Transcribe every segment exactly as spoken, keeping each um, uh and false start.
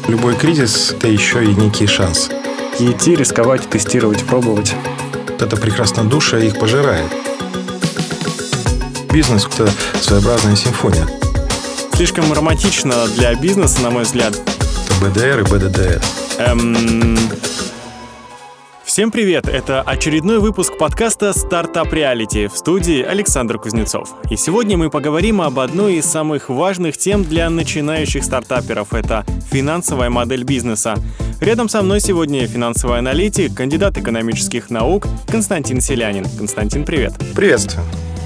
Любой кризис – это еще и некий шанс. И идти, рисковать, тестировать, пробовать. Это прекраснодушие их пожирает. Бизнес – это своеобразная симфония. Слишком романтично для бизнеса, на мой взгляд. Это бэ дэ эр и бэ дэ дэ эс. Эм... Всем привет! Это очередной выпуск подкаста «Стартап Реалити», в студии Александр Кузнецов. И сегодня мы поговорим об одной из самых важных тем для начинающих стартаперов – это финансовая модель бизнеса. Рядом со мной сегодня финансовый аналитик, кандидат экономических наук Константин Селянин. Константин, привет! Приветствую!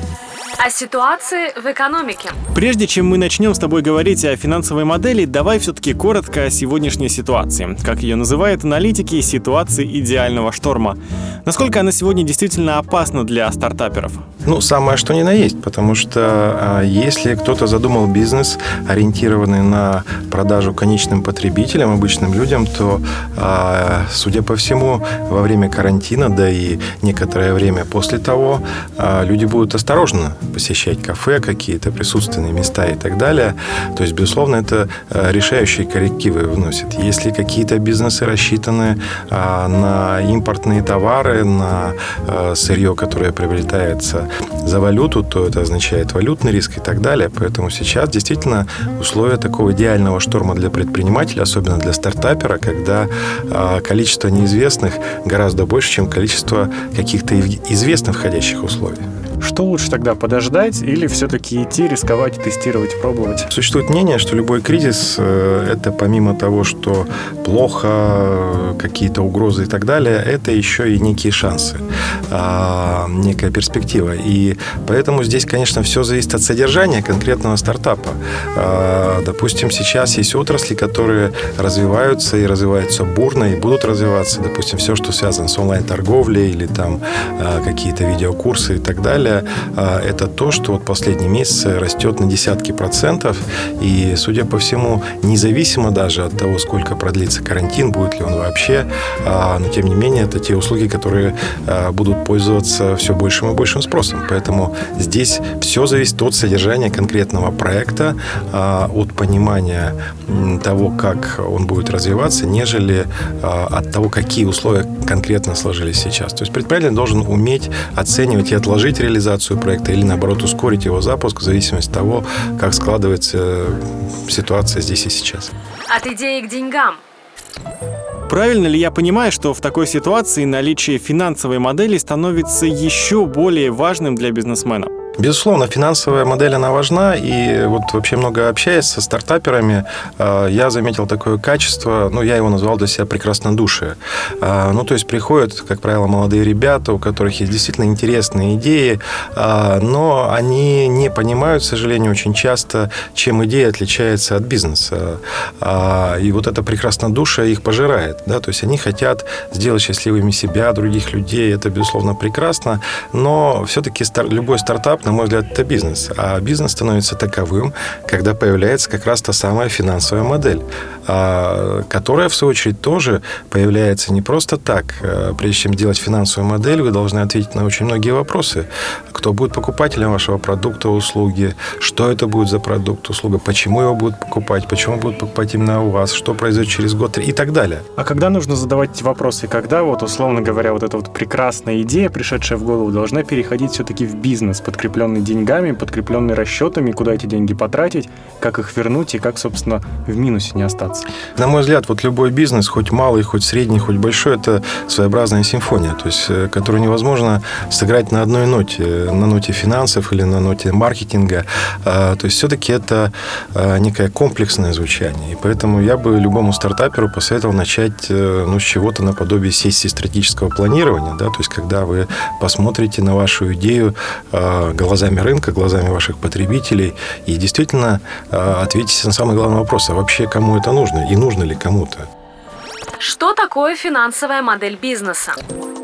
О ситуации в экономике. Прежде чем мы начнем с тобой говорить о финансовой модели, давай все-таки коротко о сегодняшней ситуации. Как ее называют аналитики, ситуации идеального шторма. Насколько она сегодня действительно опасна для стартаперов? Ну, самое что ни на есть, потому что а, если кто-то задумал бизнес, ориентированный на продажу конечным потребителям, обычным людям, то, а, судя по всему, во время карантина, да и некоторое время после того, а, люди будут осторожно посещать кафе, какие-то присутственные места и так далее. То есть, безусловно, это решающие коррективы вносит. Если какие-то бизнесы рассчитаны а, на импортные товары, на а, сырье, которое приобретается за валюту, то это означает валютный риск и так далее. Поэтому сейчас действительно условия такого идеального шторма для предпринимателя, особенно для стартапера, когда а, количество неизвестных гораздо больше, чем количество каких-то известных входящих условий. Что лучше тогда, подождать или все-таки идти, рисковать, тестировать, пробовать? Существует мнение, что любой кризис – это помимо того, что плохо, какие-то угрозы и так далее, это еще и некие шансы, некая перспектива. И поэтому здесь, конечно, все зависит от содержания конкретного стартапа. Допустим, сейчас есть отрасли, которые развиваются и развиваются бурно, и будут развиваться. Допустим, все, что связано с онлайн-торговлей или там какие-то видеокурсы и так далее. Это то, что вот последние месяцы растет на десятки процентов. И, судя по всему, независимо даже от того, сколько продлится карантин, будет ли он вообще, но, тем не менее, это те услуги, которые будут пользоваться все большим и большим спросом. Поэтому здесь все зависит от содержания конкретного проекта, от понимания того, как он будет развиваться, нежели от того, какие условия конкретно сложились сейчас. То есть предприниматель должен уметь оценивать и отложить реализацию проекта или, наоборот, ускорить его запуск в зависимости от того, как складывается ситуация здесь и сейчас. От идеи к деньгам. Правильно ли я понимаю, что в такой ситуации наличие финансовой модели становится еще более важным для бизнесмена? Безусловно, финансовая модель, она важна, и вот вообще много общаясь со стартаперами, я заметил такое качество, ну, я его назвал для себя прекраснодушие. Ну, то есть приходят, как правило, молодые ребята, у которых есть действительно интересные идеи, но они не понимают, к сожалению, очень часто, чем идея отличается от бизнеса. И вот это прекраснодушие их пожирает, да, то есть они хотят сделать счастливыми себя, других людей, это, безусловно, прекрасно, но все-таки любой стартап, на мой взгляд, это бизнес. А бизнес становится таковым, когда появляется как раз та самая финансовая модель, которая, в свою очередь, тоже появляется не просто так. Прежде чем делать финансовую модель, вы должны ответить на очень многие вопросы. Кто будет покупателем вашего продукта, услуги, что это будет за продукт, услуга, почему его будут покупать, почему будут покупать именно у вас, что произойдет через год и так далее. А когда нужно задавать эти вопросы? Когда, вот, условно говоря, вот эта вот прекрасная идея, пришедшая в голову, должна переходить все-таки в бизнес, подкрепленный деньгами, подкрепленный расчетами, куда эти деньги потратить, как их вернуть и как, собственно, в минусе не остаться? На мой взгляд, вот любой бизнес, хоть малый, хоть средний, хоть большой, это своеобразная симфония, то есть, которую невозможно сыграть на одной ноте, на ноте финансов или на ноте маркетинга. То есть, все-таки это некое комплексное звучание. И поэтому я бы любому стартаперу посоветовал начать ну, с чего-то наподобие сессии стратегического планирования, да, то есть, когда вы посмотрите на вашу идею глазами рынка, глазами ваших потребителей и действительно ответите на самый главный вопрос, а вообще кому это нужно и нужно ли кому-то? Что такое финансовая модель бизнеса?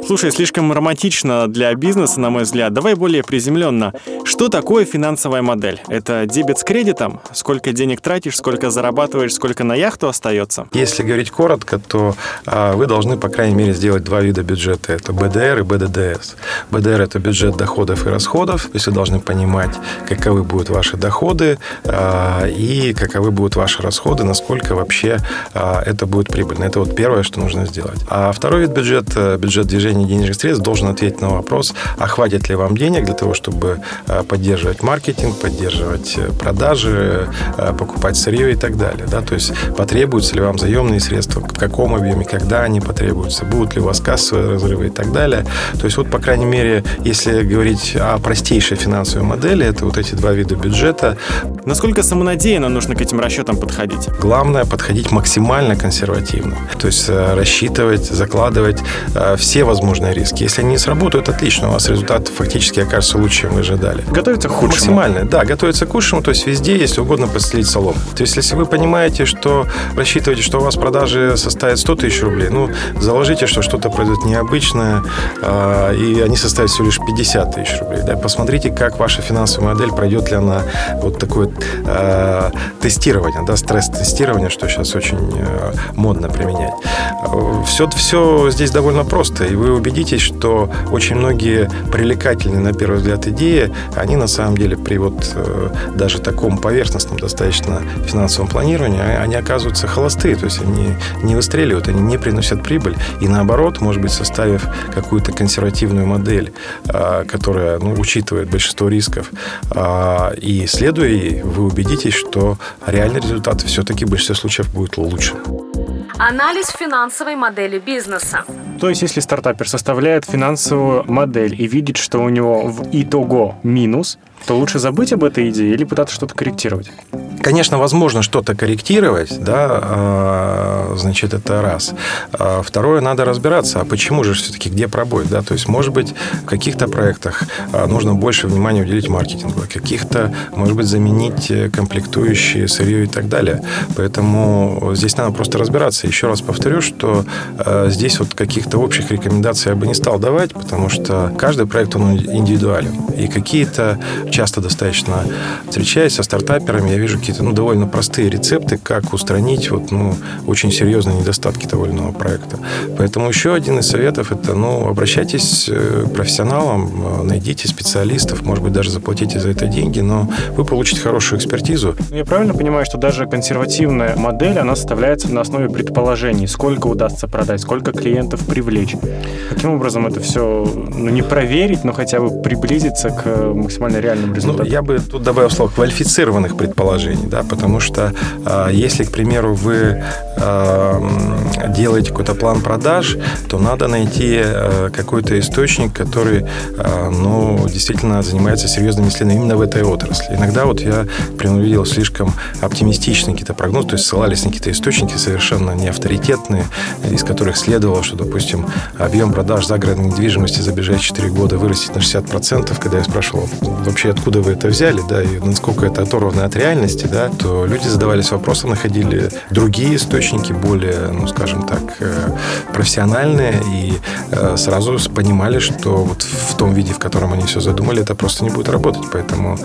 Слушай, слишком романтично для бизнеса, на мой взгляд. Давай более приземленно. Что такое финансовая модель? Это дебет с кредитом? Сколько денег тратишь, сколько зарабатываешь, сколько на яхту остается? Если говорить коротко, то а, вы должны, по крайней мере, сделать два вида бюджета. Это бэ дэ эр и бэ дэ дэ эс. бэ дэ эр – это бюджет доходов и расходов. То есть вы должны понимать, каковы будут ваши доходы а, и каковы будут ваши расходы, насколько вообще а, это будет прибыльно. Это вот первое, что нужно сделать. А второй вид бюджета, бюджет движения денежных средств, должен ответить на вопрос, а хватит ли вам денег для того, чтобы поддерживать маркетинг, поддерживать продажи, покупать сырье и так далее. Да? То есть потребуются ли вам заемные средства, в каком объеме, когда они потребуются, будут ли у вас кассовые разрывы и так далее. То есть вот, по крайней мере, если говорить о простейшей финансовой модели, это вот эти два вида бюджета. Насколько самонадеянно нужно к этим расчетам подходить? Главное, подходить максимально консервативно. То есть рассчитывать, закладывать все возможные риски. Если они не сработают, отлично, у вас результат фактически окажется лучше, чем вы ожидали. Готовиться к худшему. Максимально, да, готовиться к худшему, то есть везде, если угодно, подстелить солому. То есть если вы понимаете, что рассчитываете, что у вас продажи составят сто тысяч рублей, ну, заложите, что что-то произойдет необычное, э, и они составят всего лишь пятьдесят тысяч рублей. Да. Посмотрите, как ваша финансовая модель, пройдет ли она вот такое э, тестирование, да, стресс-тестирование, что сейчас очень э, модно применять. Все, все здесь довольно просто, и вы убедитесь, что очень многие привлекательные, на первый взгляд, идеи, они на самом деле при вот э, даже таком поверхностном достаточно финансовом планировании, они оказываются холостые, то есть они не выстреливают, они не приносят прибыль. И наоборот, может быть, составив какую-то консервативную модель, э, которая, ну, учитывает большинство рисков, э, и следуя ей, вы убедитесь, что реальный результат все-таки в большинстве случаев будет лучше. Анализ финансовой модели бизнеса. То есть, если стартапер составляет финансовую модель и видит, что у него в итого минус, то лучше забыть об этой идее или пытаться что-то корректировать? Конечно, возможно что-то корректировать, да, значит, это раз. Второе, надо разбираться, а почему же все-таки, где пробой, да, то есть, может быть, в каких-то проектах нужно больше внимания уделить маркетингу, в каких-то, может быть, заменить комплектующие, сырье и так далее. Поэтому здесь надо просто разбираться. Еще раз повторю, что здесь вот каких-то общих рекомендаций я бы не стал давать, потому что каждый проект, он индивидуален. И какие-то, часто достаточно встречаясь со стартаперами, я вижу какие-то, ну, довольно простые рецепты, как устранить вот, ну, очень серьезные недостатки того или иного проекта. Поэтому еще один из советов – это, ну, обращайтесь к профессионалам, найдите специалистов, может быть, даже заплатите за это деньги, но вы получите хорошую экспертизу. Я правильно понимаю, что даже консервативная модель, она составляется на основе предположений, сколько удастся продать, сколько клиентов привлечь? Каким образом это все, ну, не проверить, но хотя бы приблизиться к максимально реальным результатам? Ну, я бы тут добавил слово квалифицированных предположений, да, потому что э, если, к примеру, вы э, делаете какой-то план продаж, то надо найти э, какой-то источник, который, э, ну, действительно занимается серьезными исследованиями именно в этой отрасли. Иногда вот я, к примеру, видел слишком оптимистичные какие-то прогнозы, то есть ссылались на какие-то источники совершенно не авторитетные, из которых следовало, что, допустим, объем продаж загородной недвижимости за ближайшие четыре года вырастет на шестьдесят процентов. Когда я спрашивал, вообще, откуда вы это взяли, да, и насколько это оторвано от реальности, да, то люди задавались вопросом, находили другие источники, более, ну, скажем так, профессиональные, и сразу понимали, что вот в том виде, в котором они все задумали, это просто не будет работать. Поэтому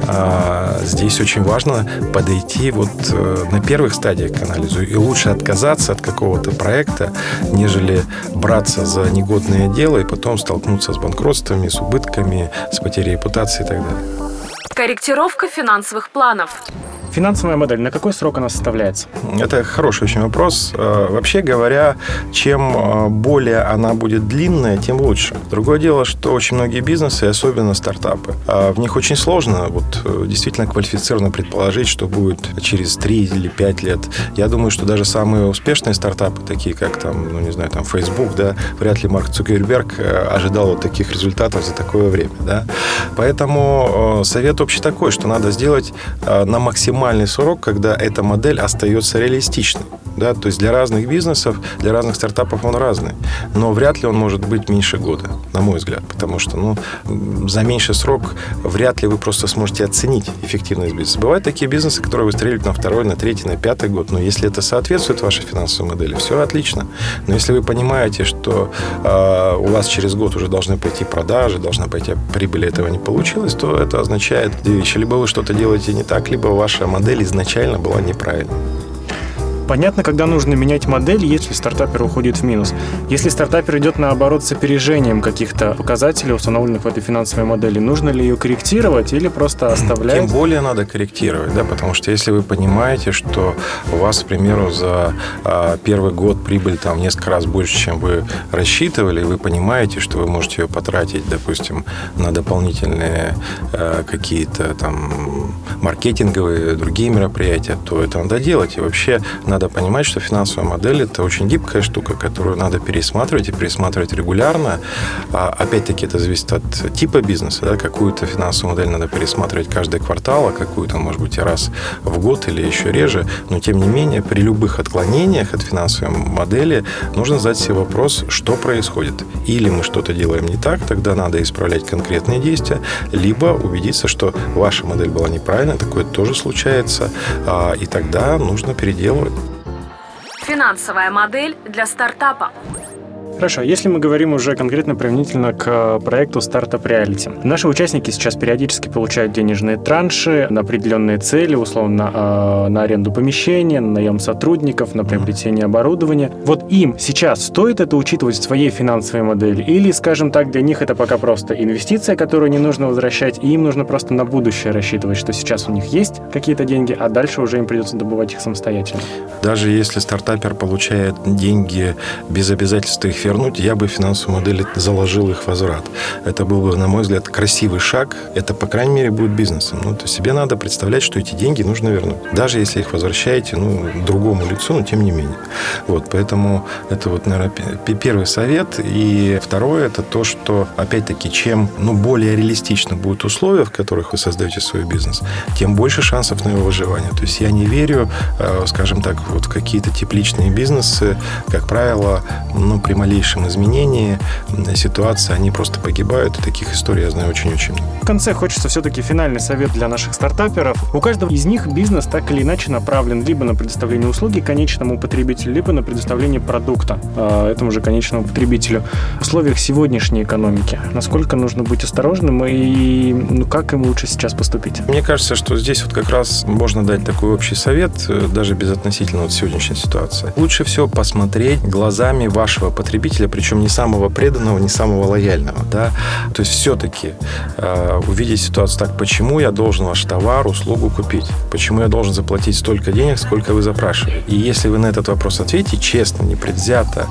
а, здесь очень важно подойти вот на первых стадиях к анализу, и лучше отказаться от какого-то проекта, нежели браться за негодное дело и потом столкнуться с банкротствами, с убытками, с потерей репутации и так далее. Корректировка финансовых планов. Финансовая модель, на какой срок она составляется? Это хороший очень вопрос. Вообще говоря, чем более она будет длинная, тем лучше. Другое дело, что очень многие бизнесы, особенно стартапы, в них очень сложно вот действительно квалифицированно предположить, что будет через три или пять лет. Я думаю, что даже самые успешные стартапы, такие как там, ну не знаю, там Facebook, да, вряд ли Марк Цукерберг ожидал вот таких результатов за такое время, да. Поэтому совет общий такой, что надо сделать на максимальный срок, когда эта модель остается реалистичной. Да? То есть для разных бизнесов, для разных стартапов он разный. Но вряд ли он может быть меньше года, на мой взгляд. Потому что ну, за меньший срок вряд ли вы просто сможете оценить эффективность бизнеса. Бывают такие бизнесы, которые выстреливают на второй, на третий, на пятый год. Но если это соответствует вашей финансовой модели, все отлично. Но если вы понимаете, что э, у вас через год уже должны пойти продажи, должна пойти прибыль, этого не получилось, то это означает две вещи. Либо вы что-то делаете не так, либо ваша модель изначально была неправильной. Понятно, когда нужно менять модель, если стартапер уходит в минус. Если стартапер идет, наоборот, с опережением каких-то показателей, установленных в этой финансовой модели, нужно ли ее корректировать или просто оставлять? Тем более надо корректировать, да, потому что если вы понимаете, что у вас, к примеру, за а, первый год прибыль там несколько раз больше, чем вы рассчитывали, и вы понимаете, что вы можете ее потратить, допустим, на дополнительные а, какие-то там маркетинговые, другие мероприятия, то это надо делать. И вообще надо понимать, что финансовая модель – это очень гибкая штука, которую надо пересматривать и пересматривать регулярно. А, опять-таки, это зависит от типа бизнеса. Да? Какую-то финансовую модель надо пересматривать каждый квартал, а какую-то, может быть, и раз в год или еще реже. Но, тем не менее, при любых отклонениях от финансовой модели нужно задать себе вопрос, что происходит. Или мы что-то делаем не так, тогда надо исправлять конкретные действия, либо убедиться, что ваша модель была неправильная, такое тоже случается, и тогда нужно переделывать. Финансовая модель для стартапа. Хорошо, если мы говорим уже конкретно применительно к проекту Startup Reality. Наши участники сейчас периодически получают денежные транши на определенные цели, условно, на, на аренду помещения, на наем сотрудников, на приобретение оборудования. Вот им сейчас стоит это учитывать в своей финансовой модели? Или, скажем так, для них это пока просто инвестиция, которую не нужно возвращать, и им нужно просто на будущее рассчитывать, что сейчас у них есть какие-то деньги, а дальше уже им придется добывать их самостоятельно? Даже если стартапер получает деньги без обязательства их вернуть, я бы в финансовую модель заложил их возврат. Это был бы, на мой взгляд, красивый шаг. Это, по крайней мере, будет бизнесом. Ну, то есть себе надо представлять, что эти деньги нужно вернуть. Даже если их возвращаете ну, другому лицу, но тем не менее. Вот, поэтому это вот, наверное, первый совет. И второе, это то, что, опять-таки, чем ну, более реалистичны будут условия, в которых вы создаете свой бизнес, тем больше шансов на его выживание. То есть я не верю, скажем так, вот в какие-то тепличные бизнесы, как правило, ну, при малейшем изменении ситуации, они просто погибают. И таких историй я знаю очень-очень много. В конце хочется все-таки финальный совет для наших стартаперов. У каждого из них бизнес так или иначе направлен либо на предоставление услуги конечному потребителю, либо на предоставление продукта э, этому же конечному потребителю. В условиях сегодняшней экономики насколько нужно быть осторожным и ну, как им лучше сейчас поступить? Мне кажется, что здесь вот как раз можно дать такой общий совет, даже безотносительно вот сегодняшней ситуации. Лучше всего посмотреть глазами вашего потребителя, причем не самого преданного, не самого лояльного. Да? То есть все-таки э, увидеть ситуацию так, почему я должен ваш товар, услугу купить? Почему я должен заплатить столько денег, сколько вы запрашиваете? И если вы на этот вопрос ответите честно, непредвзято,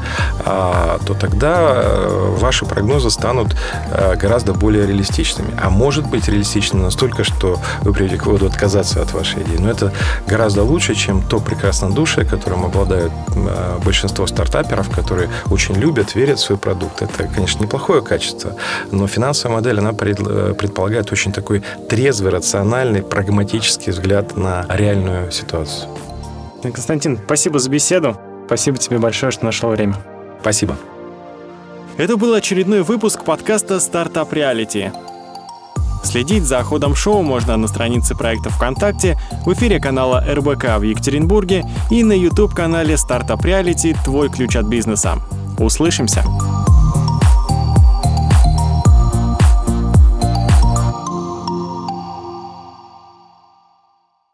э, то тогда э, ваши прогнозы станут э, гораздо более реалистичными. А может быть реалистичными настолько, что вы придете к выводу отказаться от вашей идеи. Но это гораздо лучше, чем то прекраснодушие, которым обладают э, большинство стартаперов, которые очень любят, верят в свой продукт. Это, конечно, неплохое качество, но финансовая модель, она предполагает очень такой трезвый, рациональный, прагматический взгляд на реальную ситуацию. Константин, спасибо за беседу. Спасибо тебе большое, что нашел время. Спасибо. Это был очередной выпуск подкаста Startup Reality. Следить за ходом шоу можно на странице проекта ВКонтакте, в эфире канала эр бэ ка в Екатеринбурге и на YouTube-канале Startup Reality «Твой ключ от бизнеса». Услышимся!